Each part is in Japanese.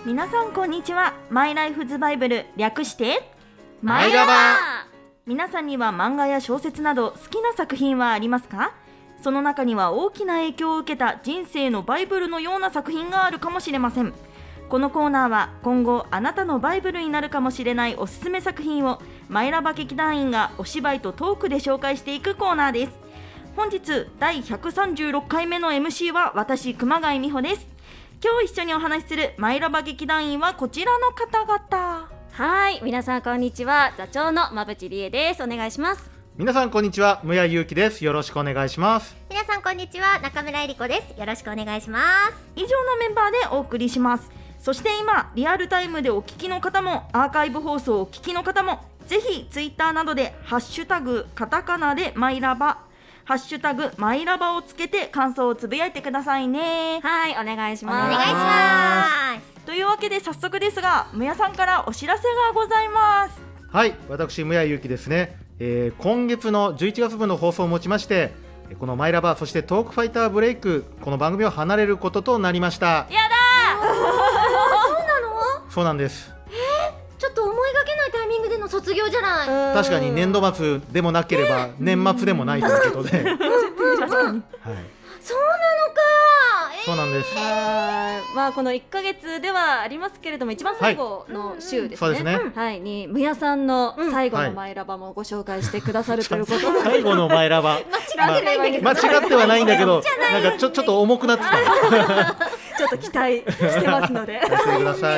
皆さんこんにちは。マイライフズバイブル、略してマイラバ。 皆さんには漫画や小説など好きな作品はありますか？その中には大きな影響を受けた人生のバイブルのような作品があるかもしれません。このコーナーは今後あなたのバイブルになるかもしれないおすすめ作品をマイラバ劇団員がお芝居とトークで紹介していくコーナーです。本日第136回目の MC は私熊谷美穂です。今日一緒にお話しするマイラバ劇団員はこちらの方々。 はい、皆さんこんにちは。座長の馬淵理恵です。お願いします。 皆さんこんにちは。無谷祐希です。よろしくお願いします。 皆さんこんにちは。中村えり子です。よろしくお願いします。 以上のメンバーでお送りします。そして今リアルタイムでお聞きの方もアーカイブ放送をお聞きの方もぜひツイッターなどでハッシュタグカタカナでマイラバ、ハッシュタグマイラバをつけて感想をつぶやいてくださいね。 はい、お願いします。 お願いします。 というわけで早速ですが、むやさんからお知らせがございます。 はい、私無谷祐希ですね。今月の11月分の放送をもちましてこのマイラバそしてトークファイターブレイク、この番組を離れることとなりました。 やだそうなの？ そうなんです。 ちょっと思いがけないタイミングでの卒業じゃない。 確かに年度末でもなければ年末でもないということで、はい、 そうなのか。 そうなんです。 まあこの1ヶ月ではありますけれども、一番最後の週ですね。 そうですね。 はい、にむやさんの最後のマイラバもご紹介してくださるということで、 最後のマイラバ間違ってないんだけど。 間違ってはないんだけど、なんかちょっと重くなってきた。 ちょっと期待してますので。 してください。 そうなのか。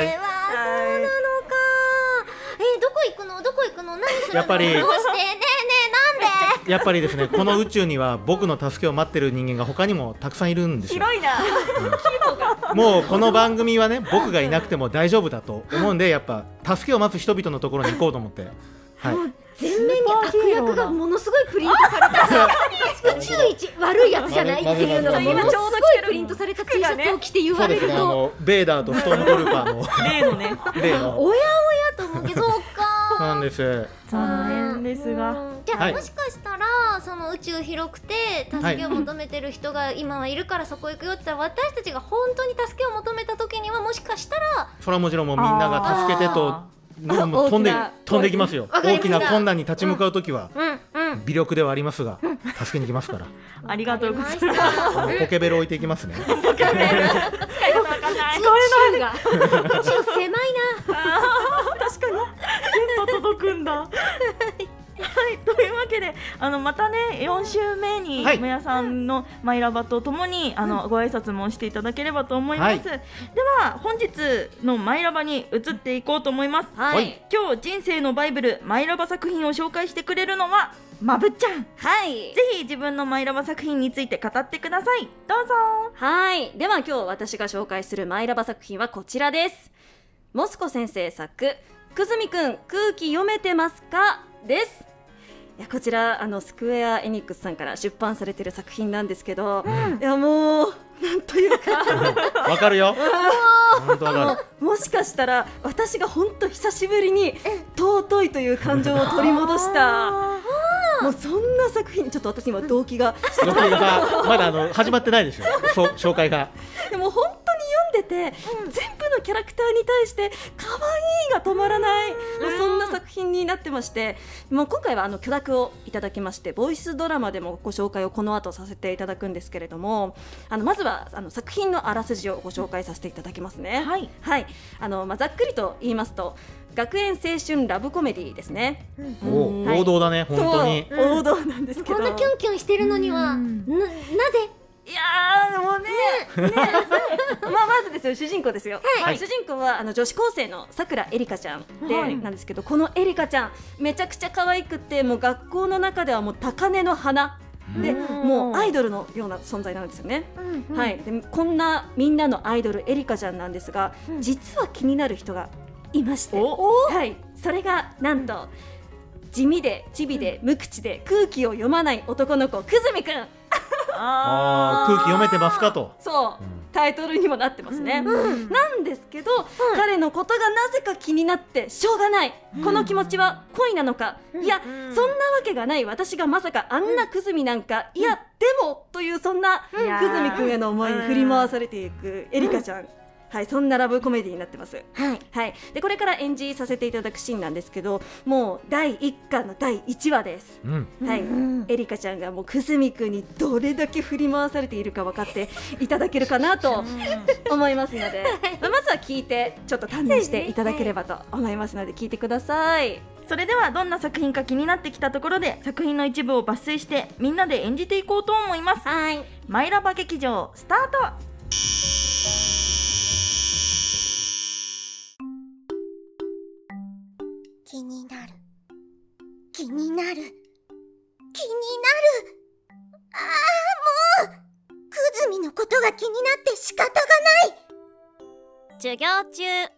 どこ行くの？どこ行くの？何するの？ やっぱりどうして？ねえねえなんで？ やっぱりですね、この宇宙には僕の助けを待ってる人間が他にもたくさんいるんですよ。 広いな。 もうこの番組はね、僕がいなくても大丈夫だと思うんで、やっぱ助けを待つ人々のところに行こうと思って、はい、 全面に悪役がものすごいプリントされた宇宙一悪いやつじゃないっていうのがものすごいプリントされた T シャツを着て言われると、 ベーダーとストームトルーパーの例のね例のおやおやと思うけど、そうか。 なんです。 残念ですが、 じゃあ、 はいもしかしたらその宇宙広くて助けを求めてる人が今はいるからそこ行くよって言ったら、私たちが本当に助けを求めた時にはもしかしたらそれはもちろんもうみんなが助けてともう飛んできますよ。大きな困難に立ち向かうときは微力ではありますが助けに行きますから。 ありがとうございます。 ポケベル置いていきますね。 使い方わかんない。 宇宙が宇宙狭いな。 確かに全部届くんだ。はい、というわけでまたね4週目にはいむやさんのマイラバとともにご挨拶もしていただければと思います。 はいでは本日のマイラバに移っていこうと思います。 はい今日人生のバイブルマイラバ作品を紹介してくれるのはまぶっちゃん。 はいぜひ自分のマイラバ作品について語ってください。どうぞ。 はい。では今日私が紹介するマイラバ作品はこちらです。モスコ先生作、くずみくん空気読めてますかです。いやこちらスクエアエニックスさんから出版されている作品なんですけど、いやもうなんというかわかるよ。本当わかる。 もしかしたら私が本当久しぶりに尊いという感情を取り戻したもうそんな作品、ちょっと私今動機がまだ始まってないですよ。紹介が。 でも本当に読んでて、全部のキャラクターに対して可愛いが止まらない、もうそんな作品になってまして、もう今回は許諾をいただきましてボイスドラマでもご紹介をこの後させていただくんですけれども、まずは作品のあらすじをご紹介させていただきますね。 はい、 はい、ざっくりと言いますと学園青春ラブコメディですね。はい王道だね、本当に。 そう王道なんですけど、 こんなキュンキュンしてるのにはなぜ？ いやーでもねまずですよ、主人公ですよ。 はい、 主人公は女子高生のさくらえりかちゃんで、 はいなんですけど、このえりかちゃんめちゃくちゃ可愛くってもう学校の中ではもう高嶺の花で、もうアイドルのような存在なんですよね。はい、でこんなみんなのアイドルえりかちゃんなんですが、実は気になる人がいまして、はい、それがなんと地味でチビで無口で空気を読まない男の子くずみくん。 空気読めてますかと。 そう、タイトルにもなってますね。なんですけど、彼のことがなぜか気になってしょうがない。この気持ちは恋なのか、いや、そんなわけがない。私がまさかあんなくずみなんか、いやでもというそんなくずみくんへの思いに振り回されていくエリカちゃんはい、そんなラブコメディになってます。 はい、 はい、でこれから演じさせていただくシーンなんですけど、もう第1巻の第1話です。はい、エリカちゃんがもうくずみくんにどれだけ振り回されているか分かっていただけるかなと思いますので、まずは聞いてちょっと堪能していただければと思いますので、聞いてください。 それではどんな作品か気になってきたところで、作品の一部を抜粋してみんなで演じていこうと思います。 はい、 マイラバ劇場スタート。 気になる、気になる、気になる。ああ、もうくずみのことが気になって仕方がない。 授業中。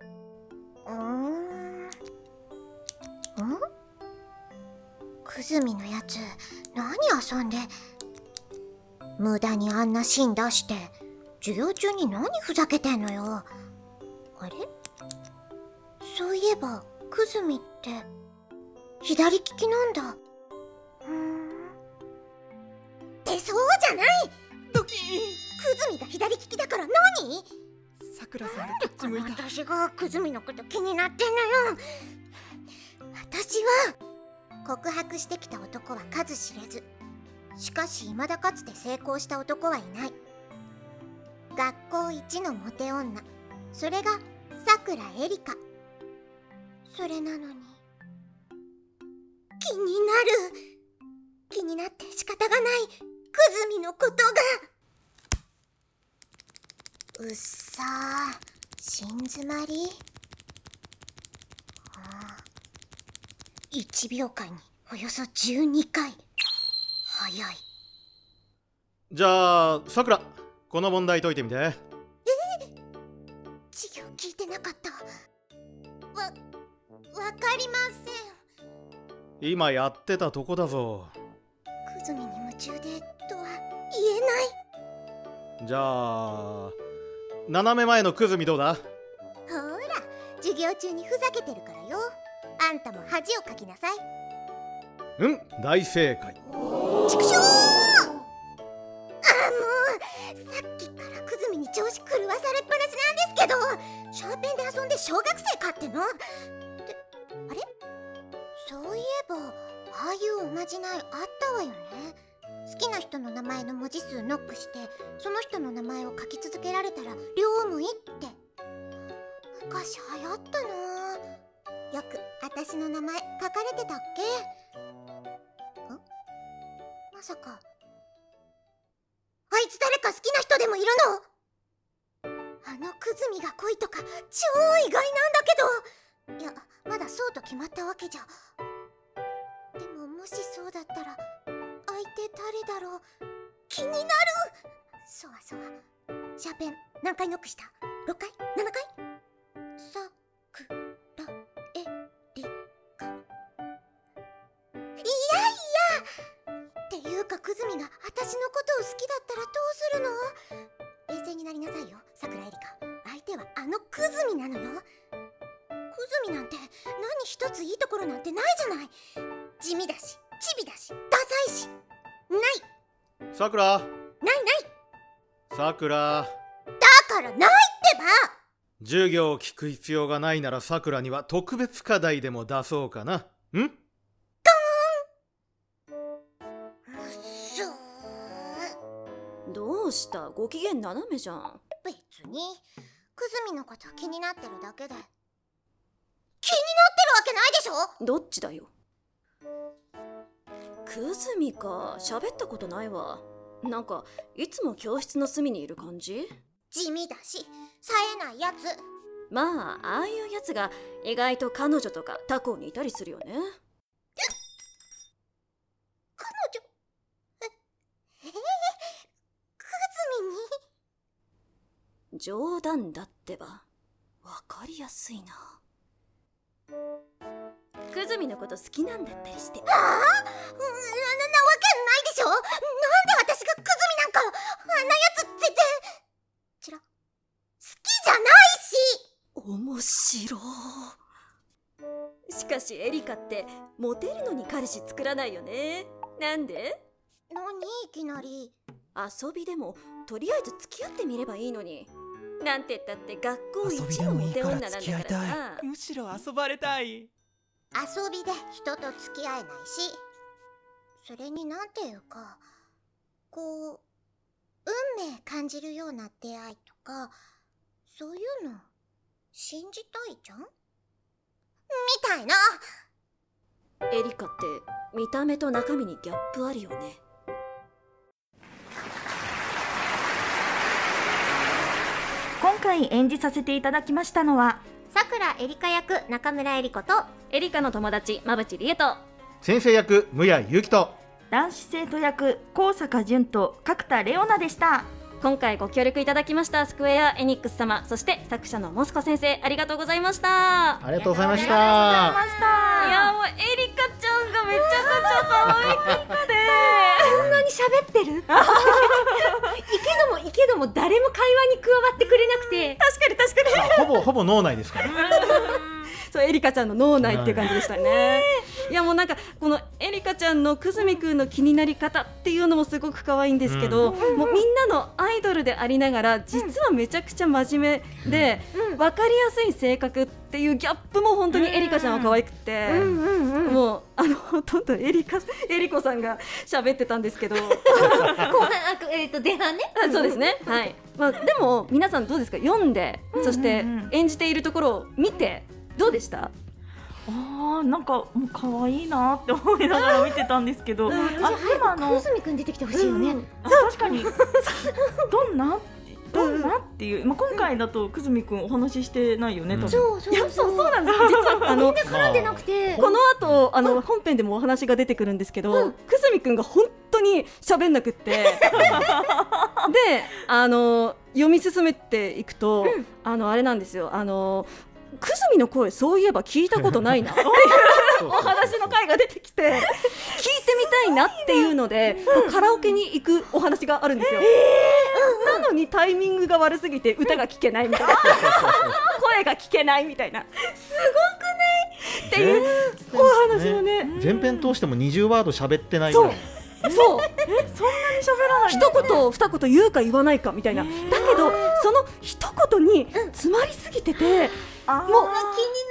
くずみのやつ何遊んで、無駄にあんなシーン出して授業中に何ふざけてんのよ。あれ、そういえばくずみって左利きなんだ。ってそうじゃない。くずみが左利きだから何？ さくらさんがこっち向いた。 私がくずみのこと気になってんのよ。私は告白してきた男は数知れず、しかし未だかつて成功した男はいない。学校一のモテ女、それがさくらえりか。それなのに気になる、気になって仕方がない。くずみのことがうっさー、心詰まり。1秒間におよそ12回。早い。 じゃあさくら、この問題解いてみて。 授業聞いてなかった。わかりません。 今やってたとこだぞ。 くずみに夢中でとは言えない。 じゃあ斜め前のくずみどうだ？ ほら、授業中にふざけてるからよ。あんたも恥をかきなさい。 大正解。 畜生！もうさっきからくずみに調子狂わされっぱなしなんですけど、シャーペンで遊んで小学生かっての。ってあれ、そういえばああいうおまじないあったわよね。好きな人の名前の文字数ノックして、その人の名前を書き続けられたら両思いって。昔流行ったな。よく私の名前書かれてたっけ？まさかあいつ誰か好きな人でもいるの？あのくずみが恋とか超意外なんだけど。いや、まだそうと決まったわけじゃ。でももしそうだったら相手誰だろう？気になる。そわそわ。シャーペン何回ノックした？ 6 回？ 7回？さくらえりか。いやいや、っていうかくずみが私のことを好きだったらどうするの？冷静になりなさいよ、さくらえりか。相手はあのくずみなのよ。くずみなんて何一ついいところなんてないじゃない。地味だし、チビだし、ダサいし。ない。 さくら。 ないない。 さくら。 だからないってば。 授業を聞く必要がないならさくらには特別課題でも出そうかな。 どうした？ご機嫌斜めじゃん。 別にくずみのこと気になってるだけで。気になってるわけないでしょ。 どっちだよ。くずみか、喋ったことないわ。なんかいつも教室の隅にいる感じ。 地味だし冴えないやつ。 まあああいうやつが意外と彼女とか他校にいたりするよね。 彼女？くずみに？ 冗談だってば。わかりやすいな。くずみのこと好きなんだったりして。 なわけないでしょ。なんで私がくずみなんか。あんなやつ全然好きじゃないし。 面白い。しかしエリカってモテるのに彼氏作らないよね。なんで？ 何いきなり。 遊びでもとりあえず付き合ってみればいいのに。 なんて言ったって学校一のモテ女なんだからさ。 むしろ遊ばれたい。 遊びで人と付き合えないし、それになんていうか、こう運命感じるような出会いとか、そういうの信じたいじゃんみたいな。 エリカって見た目と中身にギャップあるよね。 今回演じさせていただきましたのは、 さくらエリカ役中村えり子と、 エリカの友達馬淵理恵と、 先生役無谷ゆきと、 男子生徒役高坂淳と角田レオナでした。 今回ご協力いただきましたスクエアエニックス様、そして作者のモスコ先生、ありがとうございました。 ありがとうございましありた。 がとうございました。 いやもうエリカちゃんがめちゃくちゃ可愛かったでこんなに喋ってるいけども誰も会話に加わってくれなくて、 確かにほぼ脳内ですからそう、エリカちゃんの脳内っていう感じでしたね。いやもうなんかこのエリカちゃんのくずみくんの気になり方っていうのもすごく可愛いんですけど、もうみんなのアイドルでありながら実はめちゃくちゃ真面目で、分かりやすい性格っていうギャップも本当にエリカちゃんは可愛くて、もうほとんどエリコさんが喋ってたんですけど後半前半ね。 そうですね、はい。まあ、でも皆さんどうですか、読んで、そして演じているところを見てどうでした？ なんかもう可愛いなって思いながら見てたんですけど、 今のくずみくん出てきてほしいよね。 確かにどんなっていう、今回だとくずみくんお話ししてないよね、多分。 そうなんです。実はみんな絡んでなくて、 この後本編でもお話が出てくるんですけど、くずみくんが本当に喋んなくってで読み進めていくと、あれなんですよ、くずみの声そういえば聞いたことないなっていうお話の回が出てきて、聞いてみたいなっていうのでカラオケに行くお話があるんですよ。なのにタイミングが悪すぎて歌が聴けないみたいな声が聞けないみたいな、すごくないっていうお話をね、 前編通しても20ワード喋ってないぐらい。 そうそんなに喋らない。 一言二言言うか言わないかみたいな。だけどその一言に詰まりすぎてて、もう気になる、なんて喋ったんだ、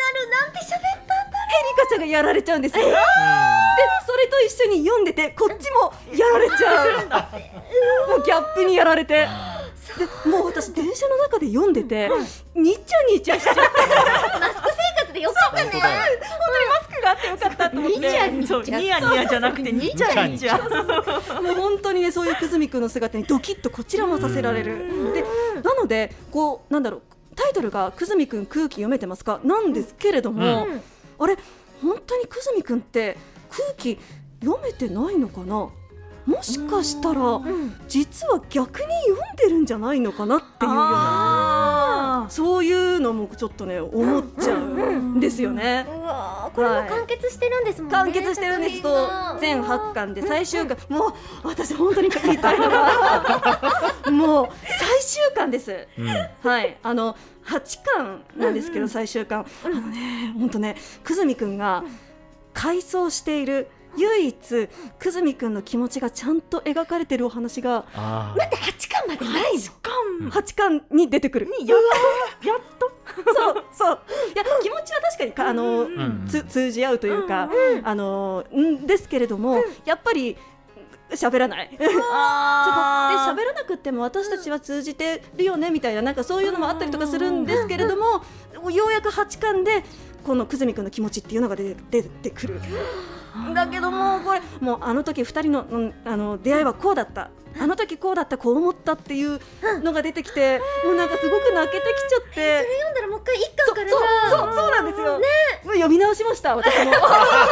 エリカちゃんがやられちゃうんですよ。でそれと一緒に読んでてこっちもやられちゃうもうギャップにやられて、でもう私電車の中で読んでてニチャニチャしちゃって、 マスク生活でよかったね。 本当にマスクがあってよかったと思って、 ニヤニヤじゃなくてニチャニチャ。 もう本当にね、そういうくずみくんの姿にドキッとこちらもさせられる。でなのでこうなんだろう、タイトルがくずみくん空気読めてますかなんですけれども、あれ本当にくずみくんって空気読めてないのかな、もしかしたら実は逆に読んでるんじゃないのかなっていうような、そういうのもちょっとね思っちゃうんですよね。 うわー、これも完結してるんですもんね。 完結してるんですと、全8巻で最終巻、もう私本当に言いたいのがもう最終巻です、はい、8巻なんですけど、最終巻本当ね、くずみくんが回想している唯一くずみくんの気持ちがちゃんと描かれてるお話が待って、8巻までないの 8巻に出てくる。 やっとそういや、気持ちは確かに通じ合うというか、ですけれども、やっぱり喋らないで喋らなくっても私たちは通じてるよねみたいな、なんかそういうのもあったりとかするんですけれども、ようやく8巻でこのくずみくんの気持ちっていうのが出てくる。だけどもこれもうあの時2人の出会いはこうだった、あの時こうだった、こう思ったっていうのが出てきて、もうなんかすごく泣けてきちゃって、 それ読んだらもう一回1巻からそうなんですよね。もう読み直しました私ももう一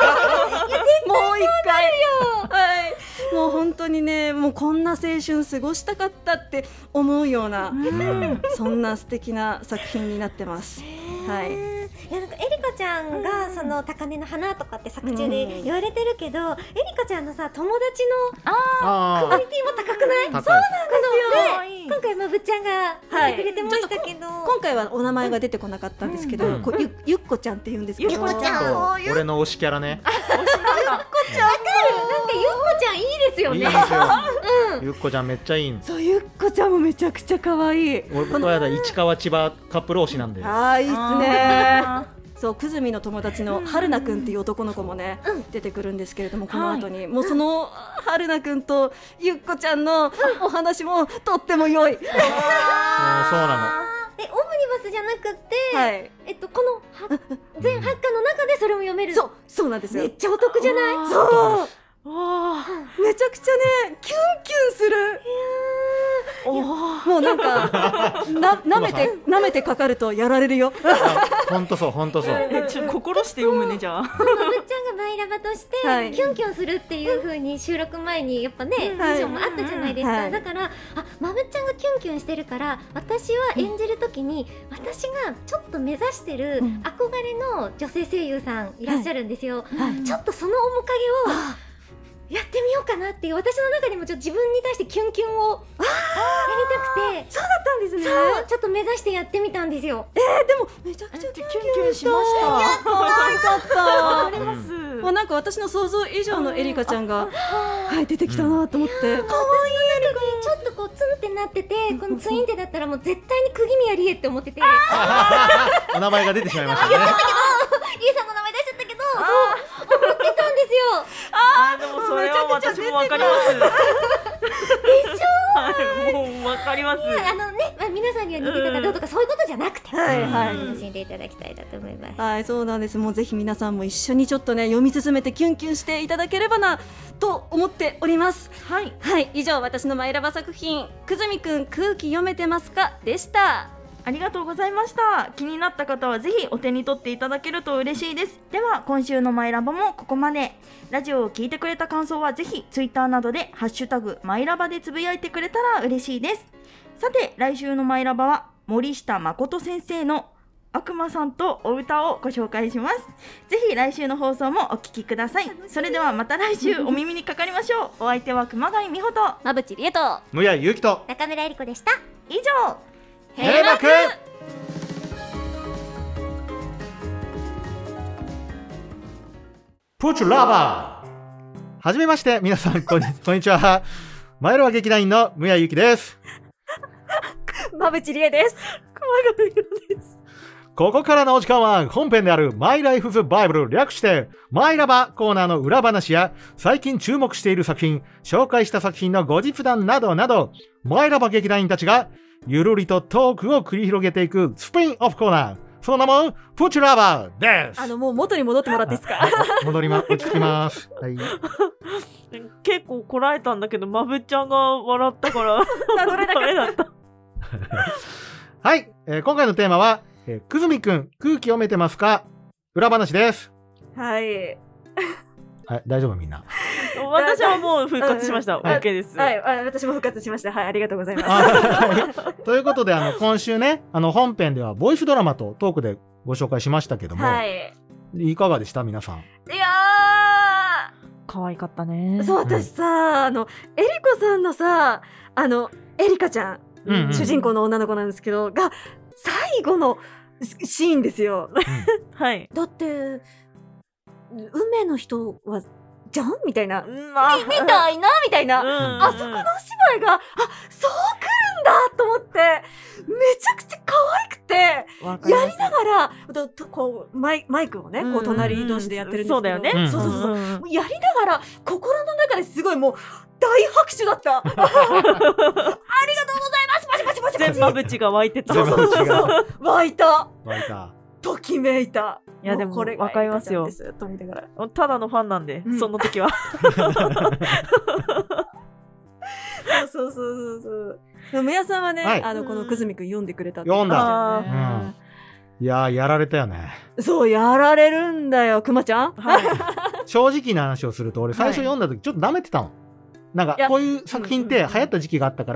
回はい、もう本当にね、もうこんな青春過ごしたかったって思うような、そんな素敵な作品になってます。はい、 いや、なんかエリカちゃんがその高嶺の花とかって作中で言われてるけど、エリカちゃんのさ、友達のクオリティも高くない？ 高い。 そうなんですよ。今回まぶちゃんが言ってくれてましたけど、 今回はお名前が出てこなかったんですけど、ゆっこちゃんって言うんですけど、 ゆっこちゃん、俺の推しキャラね。 なんかゆっこちゃんいいですよね。 いいですよ。ゆっこちゃんめっちゃいいん。 そうゆっこちゃんもめちゃくちゃ可愛い。 俺この間市川千葉カップル推しなんで。 いいっすね。そうくずみの友達のはるなくんっていう男の子もね、出てくるんですけれども、この後にもうそのはるなくんとゆっこちゃんのお話もとっても良い。 そうなオムニバスじゃなくて、 はい、 この全8巻の中でそれも読める。 そうなんですよ。 めっちゃお得じゃない？ そうめちゃくちゃねキュンキュンする。もうなんかなめてかかるとやられるよ。 本当そう本当そう。 心して読むねじゃあ。 まぶちゃんがマイラバとしてキュンキュンするっていう風に収録前にやっぱね文章もあったじゃないですか。だからまぶちゃんがキュンキュンしてるから私は演じるときに私がちょっと目指してる憧れの女性声優さんいらっしゃるんですよ。ちょっとその面影をやってみようかなっていう、私の中でもちょっと自分に対してキュンキュンをやりたくて。 そうだったんですね。 そうちょっと目指してやってみたんですよ。 でもめちゃくちゃキュンキュンしました。可愛かった。わかります。もうなんか私の想像以上のエリカちゃんが出てきたなと思って。可愛いエリカ。 ちょっとこうツンってなってて、このツインテだったらもう絶対に釘宮理恵って思ってて。 お名前が出てしまいましたね。 リエさんの名前出しちゃったけど、そう思ってたんですよ。 でもそれは私もわかります。 でしょ。 もうわかります。 皆さんには似てたかどうとかそういうことじゃなくて、楽しんでいただきたいなと思います。 はい、そうなんです。もうぜひ皆さんも一緒にちょっとね読み進めてキュンキュンしていただければなと思っております。はい、以上私のマイラバ作品くずみくん空気読めてますかでした。 ありがとうございました。気になった方はぜひお手に取っていただけると嬉しいです。では今週のマイラバもここまで。ラジオを聞いてくれた感想はぜひツイッターなどでハッシュタグマイラバでつぶやいてくれたら嬉しいです。さて来週のマイラバは森下誠先生の悪魔さんとお歌をご紹介します。ぜひ来週の放送もお聞きください。それではまた来週お耳にかかりましょう。お相手は熊谷美穂と馬淵理恵と無谷ゆうきと中村えり子でした。 以上閉幕。プチラバー。はじめまして皆さんこんにちは。マイラバ劇団員の無谷ゆうきです。 馬淵理恵です。熊谷美穂です。 ここからのお時間は本編であるマイライフズバイブル略してマイラバコーナーの裏話や最近注目している作品、紹介した作品の後日談などなど、マイラバ劇団員たちがゆるりとトークを繰り広げていくスピンオフコーナー。その名もプチラバーです。 もう元に戻ってもらっていいですか？ 落ち着きます。はい。 結構こらえたんだけどまぶっちゃんが笑ったからどれだった。 はい、今回のテーマはくずみくん空気読めてますか裏話です。 はい。 大丈夫みんな。 私はもう復活しました。OK です。 はい、私も復活しました。はい、ありがとうございます。 ということで今週ね本編ではボイスドラマとトークでご紹介しましたけども、いかがでした皆さん？ いや可愛かったね。 そう私さ、えりこさんのさエリカちゃん、主人公の女の子なんですけどが最後のシーンですよ。 はい。 だって運命の人はじゃんみたいな、みたいな、あそこのお芝居がそう来るんだと思ってめちゃくちゃ可愛くてやりながらこうマイクをねこう隣同士でやってるんですけど、 そうだよね。 そうやりながら心の中ですごいもう大拍手だった。ありがとうございます。パチパチパチパチ。 全まぶちが湧いてた。 湧いた。ときめいた。 いやでもこれわかりますよ。ただのファンなんで、その時は。そう。むやさんはね、このくずみくん読んでくれた。 読んだ。いややられたよね。 そうやられるんだよ、くまちゃん。 正直な話をすると俺最初読んだ時ちょっと舐めてたの。なんかこういう作品って流行った時期があったから、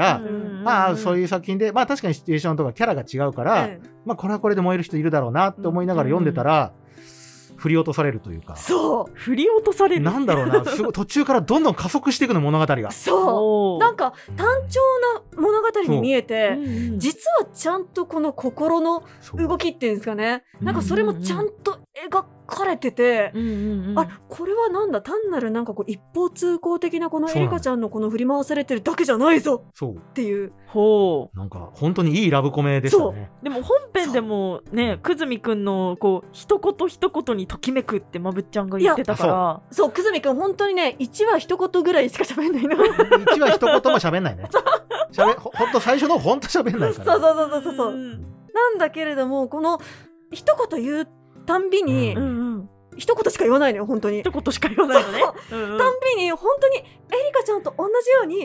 そういう作品で確かにシチュエーションとかキャラが違うから、これはこれで燃える人いるだろうなって思いながら読んでたら、振り落とされるというか。 そう振り落とされる。 なんだろうな、すごい途中からどんどん加速していくの物語が。 そうなんか単調な物語に見えて、実はちゃんとこの心の動きっていうんですかね、なんかそれもちゃんと描描かれてて、 あ、 あ、これはなんだ、単なるなんかこう一方通行的なこのエリカちゃんのこの振り回されてるだけじゃないぞそうっていう。 ほう。 なんか本当にいいラブコメでしたね。 でも本編でもね、くずみくんのこう一言一言にときめくってまぶっちゃんが言ってたから。 そう、くずみくん本当にね、1話一言ぐらいしか喋んないの。 1話一言も喋んないね。ほんと最初のほんと喋んないから。 そう。なんだけれども、この一言言うたんびに、一言しか言わないのよ、本当に。 一言しか言わないのね。 たんびに、本当にエリカちゃんと同じように、へ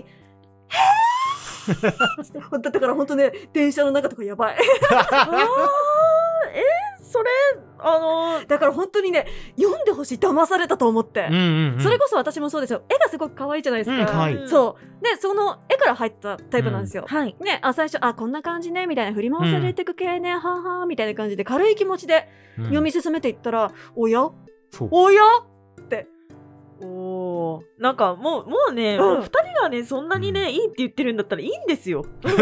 ーだから本当ね、電車の中とかやばい。 それ、 だから本当にね、読んでほしい、騙されたと思って。それこそ私もそうですよ。絵がすごく可愛いじゃないですか。そう。で、その絵から入ったタイプなんですよ。ね、最初、こんな感じね、みたいな、振り回されてく系ね、はんはん、みたいな感じで、軽い気持ちで読み進めていったら、おやって。 なんかもうね、2人がねそんなにね、いいって言ってるんだったらいいんですよ。そう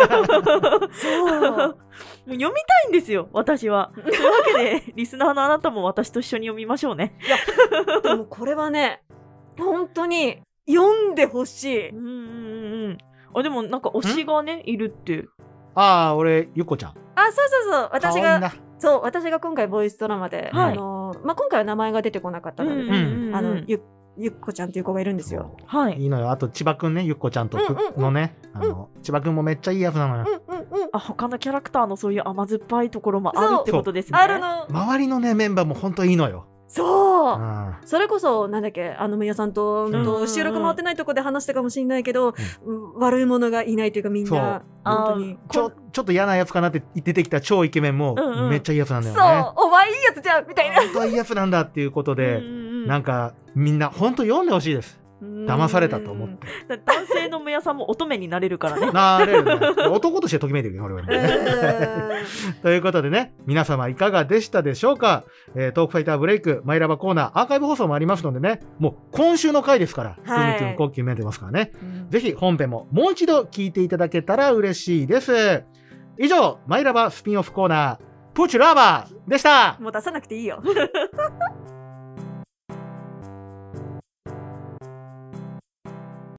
もう読みたいんですよ、私は。というわけでリスナーのあなたも私と一緒に読みましょうね。 いやでもこれはね、本当に読んでほしい。 でもなんか推しがねいるって。 俺ゆっこちゃん。 そう。私が今回ボイスドラマで、今回は名前が出てこなかったので、ゆっこちゃんっていう子がいるんですよ。 いいのよ。あと千葉くんね、ゆっこちゃんとのね、千葉くんもめっちゃいいやつなのよ。 他のキャラクターのそういう甘酸っぱいところもあるってことですね。 あるの。 周りのねメンバーも本当いいのよ。 そう、それこそなんだっけ、宮さんと収録回ってないとこで話したかもしれないけど、悪いものがいないというか、みんな本当にちょっと嫌なやつかなって出てきた超イケメンもめっちゃいいやつなんだよね。 そう、お前いいやつじゃんみたいな。 本当いいやつなんだっていうことで、なんかみんな本当読んでほしいです。騙されたと思って。 男性の宮さんも乙女になれるからね。 なれるね。男としてときめいてるよ、俺はね。ということでね、皆様いかがでしたでしょうか。トークファイターブレイク、マイラバコーナー、アーカイブ放送もありますのでね、もう今週の回ですから、ふみくんコッキーメンてますからね。ぜひ本編ももう一度聞いていただけたら嬉しいです。以上、マイラバスピンオフコーナー、プチラバーでした。 もう出さなくていいよ。